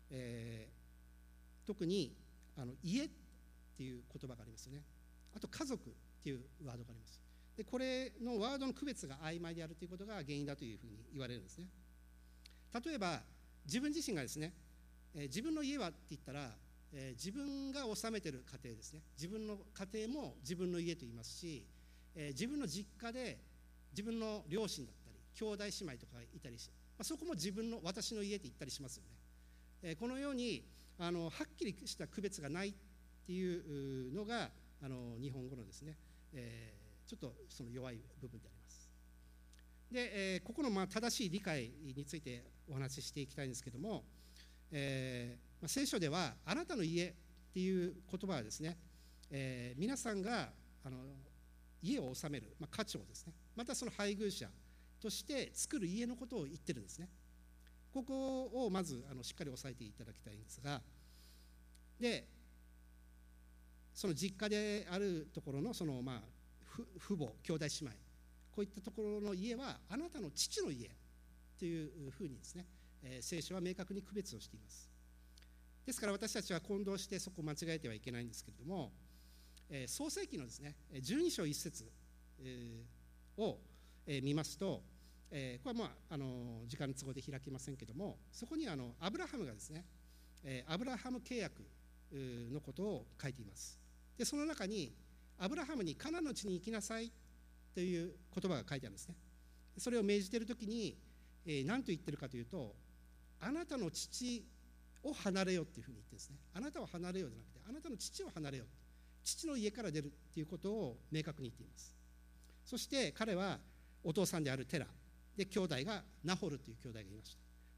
特に家っていう言葉がありますよね。あと家族っていうワードがあります。でこれのワードの区別が曖昧であるということが原因だというふうに言われるんですね。例えば自分自身がですね、自分の家はって言ったら、自分が治めている家庭ですね。自分の家庭も自分の家と言いますし、自分の実家で自分の両親だったり兄弟姉妹とかいたりして、そこも私の家って言ったりしますよね。このようにはっきりした区別がないっていうのが日本語のですね、ちょっとその弱い部分であります。で、ここの正しい理解についてお話ししていきたいんですけども、聖書ではあなたの家っていう言葉はですね、皆さんが家を治める、家長ですね、またその配偶者として作る家のことを言ってるんですね。ここをまずしっかり押さえていただきたいんですが、でその実家であるところのその父母兄弟姉妹、こういったところの家はあなたの父の家というふうにですね、聖書は明確に区別をしています。ですから私たちは混同してそこを間違えてはいけないんですけれども、創世記のですね12章1節を見ますと、これは時間の都合で開きませんけれども、そこにアブラハムがですね、アブラハム契約のことを書いています。でその中にアブラハムにカナンの地に行きなさいという言葉が書いてあるんですね。それを命じているときに、何と言ってるかというと、あなたの父を離れよっていうふうに言ってるんですね。あなたを離れよじゃなくて、あなたの父を離れよ、父の家から出るっていうことを明確に言っています。そして彼はお父さんであるテラで、兄弟がナホルという兄弟がいました。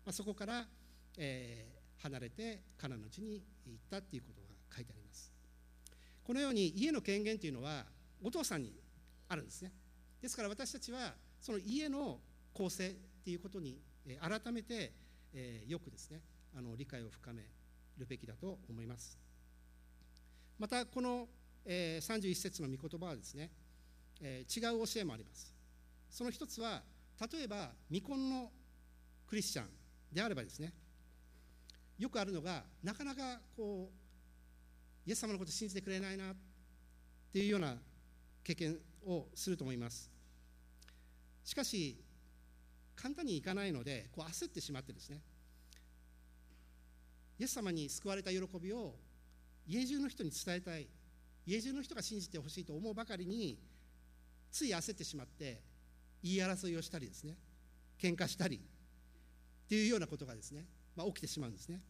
そこから、離れてカナンの地に行ったっていうことが書いてあります。このように家の権限というのはお父さんにあるんですね。ですから私たちはその家の構成っていうことに改めてよくですね理解を深めるべきだと思います。またこの31節の御言葉はですね、違う教えもあります。その一つは、例えば未婚のクリスチャンであればですね、よくあるのが、なかなかイエス様のことを信じてくれないなっていうような経験をすると思います。しかし簡単にいかないので焦ってしまってですね、イエス様に救われた喜びを家中の人に伝えたい、家中の人が信じてほしいと思うばかりに、つい焦ってしまって言い争いをしたりですね、喧嘩したりっていうようなことがですね、起きてしまうんですね。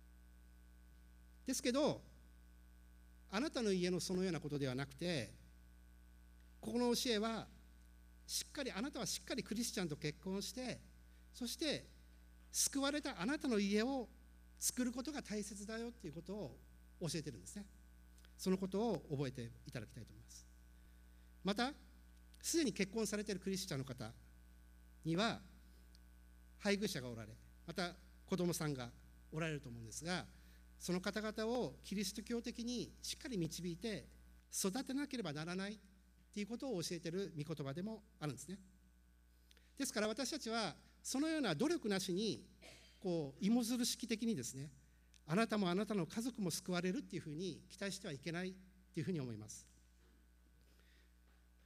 ですけど、あなたの家のそのようなことではなくて、ここの教えはあなたはしっかりクリスチャンと結婚して、そして救われたあなたの家を作ることが大切だよということを教えているんですね。そのことを覚えていただきたいと思います。またすでに結婚されているクリスチャンの方には配偶者がおられ、また子供さんがおられると思うんですが、その方々をキリスト教的にしっかり導いて育てなければならないということを教えている御言葉でもあるんですね。ですから私たちはそのような努力なしに芋づる式的にですね、あなたもあなたの家族も救われるっていうふうに期待してはいけないっていうふうに思います。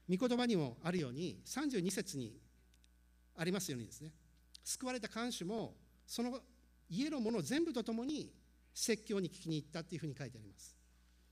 御言葉にもあるように32節にありますようにですね、救われた看守もその家のもの全部とともに説教に聞きに行ったというふうに書いてあります。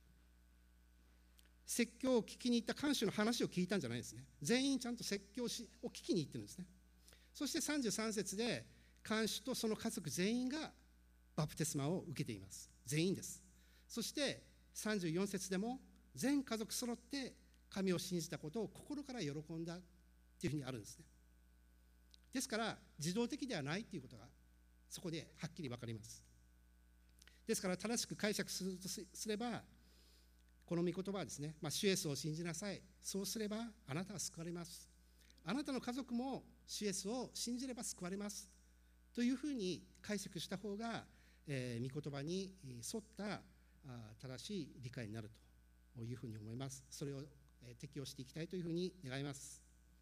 説教を聞きに行った看守の話を聞いたんじゃないですね。全員ちゃんと説教を聞きに行ってるんですね。そして33節で看守とその家族全員がバプテスマを受けています。全員です。そして34節でも全家族揃って神を信じたことを心から喜んだというふうにあるんですね。ですから自動的ではないということがそこではっきり分かります。ですから正しく解釈するとすれば、この御言葉はですね、主イエスを信じなさい、そうすればあなたは救われます、あなたの家族も主イエスを信じれば救われますというふうに解釈した方が、御言葉に沿った正しい理解になるというふうに思います。それを適用していきたいというふうに願います。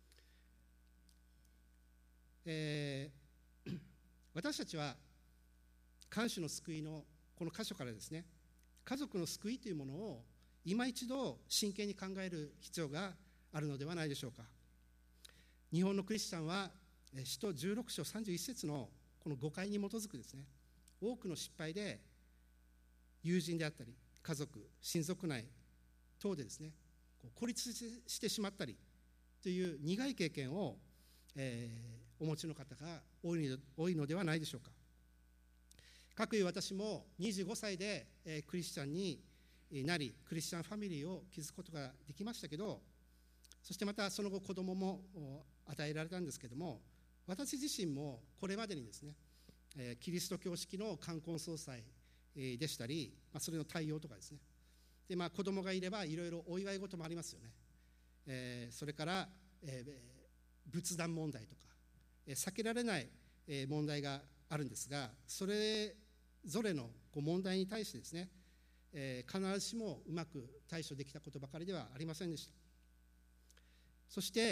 私たちは看守の救いのこの箇所からですね、家族の救いというものを今一度真剣に考える必要があるのではないでしょうか。日本のクリスチャンは使徒16章31節のこの誤解に基づくですね、多くの失敗で友人であったり家族、親族内等でですね、孤立してしまったりという苦い経験を、お持ちの方が多いのではないでしょうか。かくいう私も25歳で、クリスチャンになり、クリスチャンファミリーを築くことができましたけど、そしてまたその後子供も与えられたんですけども、私自身もこれまでにですね、キリスト教式の冠婚葬祭でしたり、それの対応とかですね、で子供がいればいろいろお祝い事もありますよね。それから、仏壇問題とか、避けられない問題があるんですが、それぞれの問題に対してですね、必ずしもうまく対処できたことばかりではありませんでした。そして、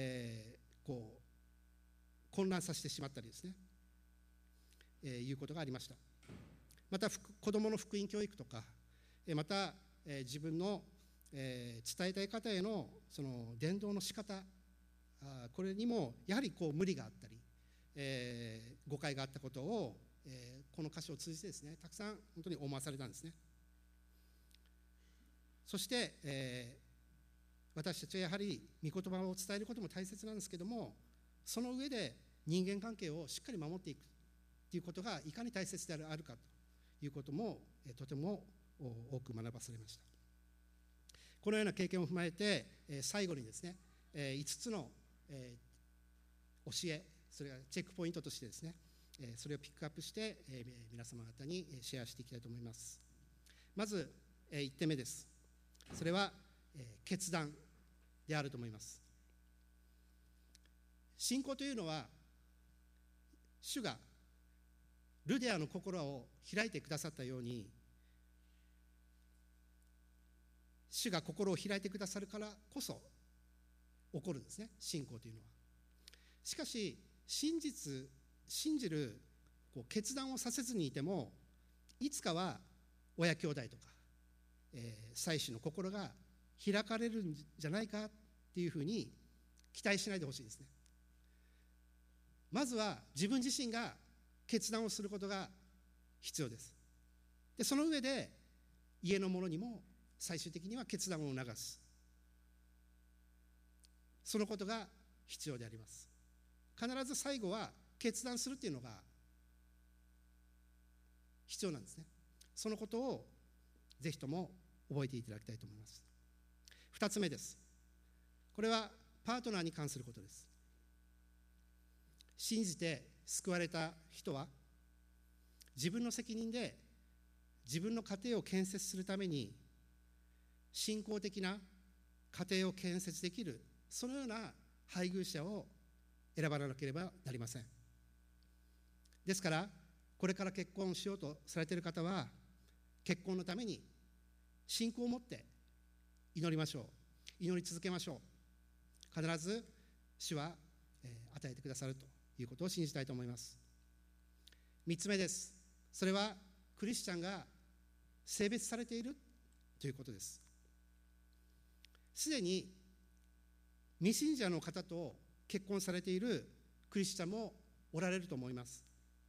混乱させてしまったりですね、いうことがありました。また子どもの福音教育とか、また、自分の、伝えたい方へのその伝道の仕方、これにもやはり無理があったり、誤解があったことを、この箇所を通じてですね、たくさん本当に思わされたんですね。そして、私たちはやはり御言葉を伝えることも大切なんですけども、その上で人間関係をしっかり守っていくということがいかに大切であるかということも、とても多く学ばされました。このような経験を踏まえて、最後にですね、5つの、教え、それがチェックポイントとしてですね、それをピックアップして、皆様方にシェアしていきたいと思います。まず、1点目です。それは、決断であると思います。信仰というのは、主がルデアの心を開いてくださったように、主が心を開いてくださるからこそ起こるんですね、信仰というのは。しかし信じる決断をさせずにいても、いつかは親兄弟とか、妻子の心が開かれるんじゃないかっていうふうに期待しないでほしいですね。まずは自分自身が決断をすることが必要です。でその上で家の者にも最終的には決断を促す、そのことが必要であります。必ず最後は決断するっていうのが必要なんですね。そのことをぜひとも覚えていただきたいと思います。2つ目です。これはパートナーに関することです。信じて救われた人は自分の責任で自分の家庭を建設するために信仰的な家庭を建設できる、そのような配偶者を選ばなければなりません。ですからこれから結婚しようとされている方は、結婚のために信仰を持って祈りましょう。祈り続けましょう。必ず主は与えてくださるということを信じたいと思います。3つ目です。それはクリスチャンが性別されているということです。すでに未信者の方と結婚されているクリスチャンもおられると思います。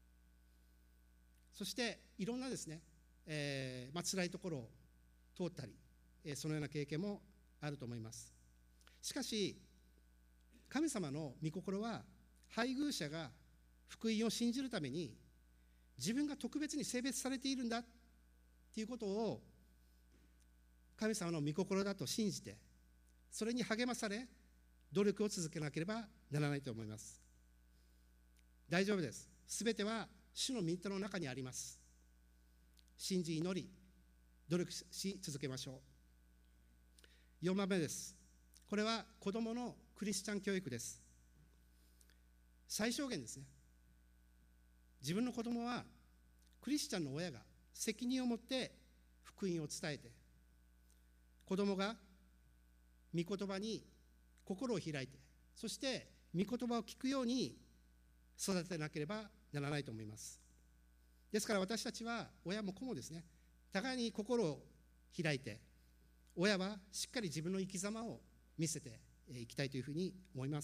そしていろんなですね、辛いところを通ったり、そのような経験もあると思います。しかし神様の御心は、配偶者が福音を信じるために自分が特別に性別されているんだということを神様の御心だと信じて、それに励まされ努力を続けなければならないと思います。大丈夫です。すべては主の御手の中にあります。信じ祈り努力し続けましょう。4番目です。これは子どものクリスチャン教育です。最小限ですね。自分の子どもはクリスチャンの親が責任を持って福音を伝えて、子どもが御言葉に心を開いて、そして御言葉を聞くように育てなければならないと思います。ですから私たちは、親も子もですね、互いに心を開いて、親はしっかり自分の生き様を見せていきたいというふうに思います。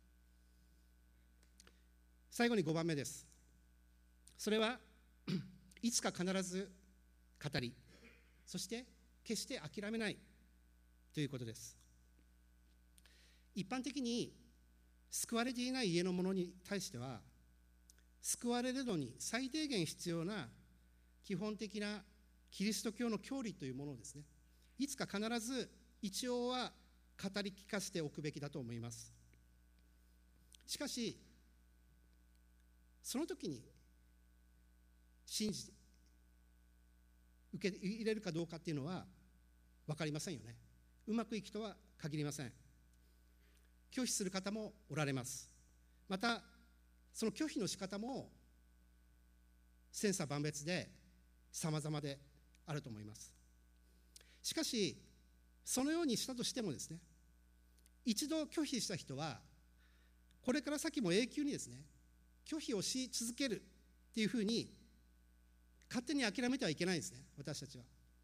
最後に5番目です。それはいつか必ず語り、そして決して諦めないということです。一般的に救われていない家の者に対しては、救われるのに最低限必要な基本的なキリスト教の教理というものをですね、いつか必ず一応は語り聞かせておくべきだと思います。しかしその時に信じて受け入れるかどうかっていうのは分かりませんよね。うまくいくとは限りません。拒否する方もおられます。またその拒否の仕方も千差万別で様々であると思います。しかしそのようにしたとしてもですね、一度拒否した人はこれから先も永久にですね、拒否をし続けるっていうふうに勝手に諦めてはいけないんですね。私たち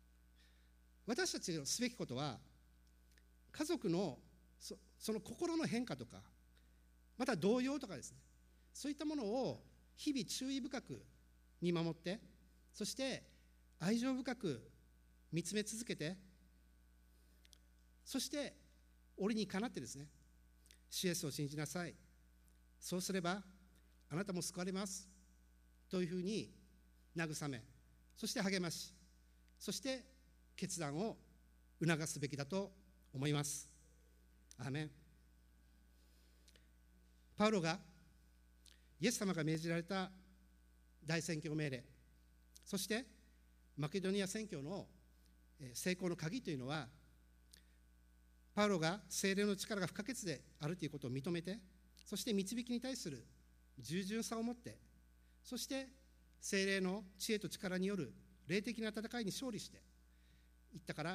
がすべきことは、家族のその心の変化とか、また動揺とかですね、そういったものを日々注意深く見守って、そして愛情深く見つめ続けて、そして折にかなってですね、主イエスを信じなさい、そうすればあなたも救われますというふうに慰め、そして励まし、そして決断を促すべきだと思います。アーメン。パウロがイエス様が命じられた大宣教命令、そしてマケドニア宣教の成功の鍵というのは、パウロが聖霊の力が不可欠であるということを認めて、そして導きに対する従順さを持って、そして聖霊の知恵と力による霊的な戦いに勝利していったから、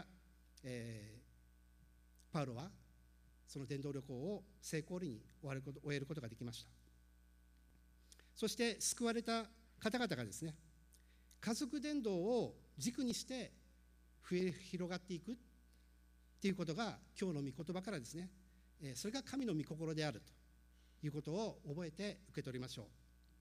パウロはその伝道旅行を成功裏に終えることができました。そして救われた方々がですね、家族伝道を軸にして広がっていくということが今日の御言葉からですね、それが神の御心であるということを覚えて受け取りましょう。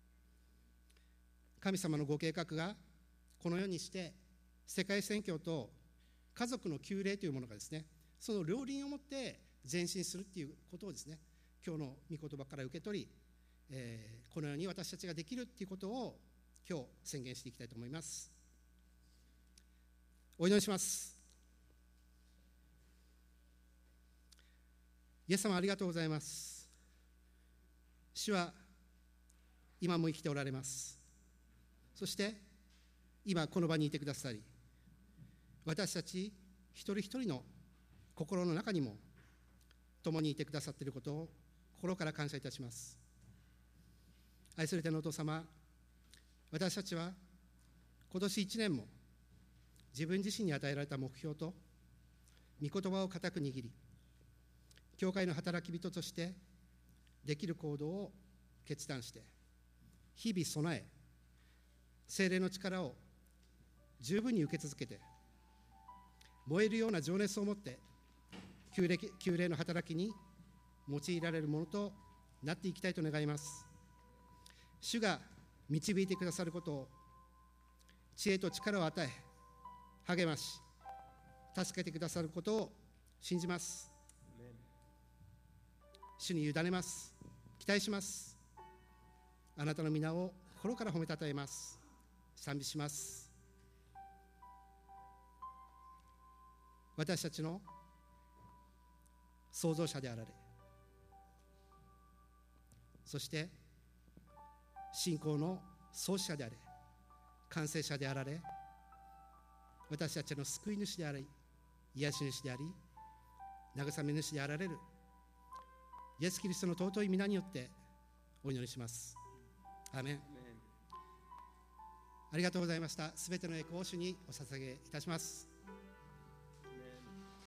神様のご計画がこのようにして世界宣教と家族の救霊というものがですね、その両輪をもって前進するということをですね、今日の御言葉から受け取り、このように私たちができるということを今日宣言していきたいと思います。お祈りします。イエス様、ありがとうございます。主は今も生きておられます。そして今この場にいてくださり、私たち一人一人の心の中にも共にいてくださっていることを心から感謝いたします。愛する天のお父様、私たちは今年1年も自分自身に与えられた目標と御言葉を固く握り、教会の働き人としてできる行動を決断して、日々備え、聖霊の力を十分に受け続けて、燃えるような情熱を持って旧霊の働きに用いられるものとなっていきたいと願います。主が導いてくださることを、知恵と力を与え、励まし、助けてくださることを信じます。主に委ねます。期待します。あなたの皆を心から褒めたたえます。賛美します。私たちの創造者であられ、そして信仰の創始者であれ、完成者であられ、私たちの救い主であり、癒し主であり、慰め主であられるイエス・キリストの尊い皆によってお祈りします。アーメン。ありがとうございました。すべての栄光を主にお捧げいたします。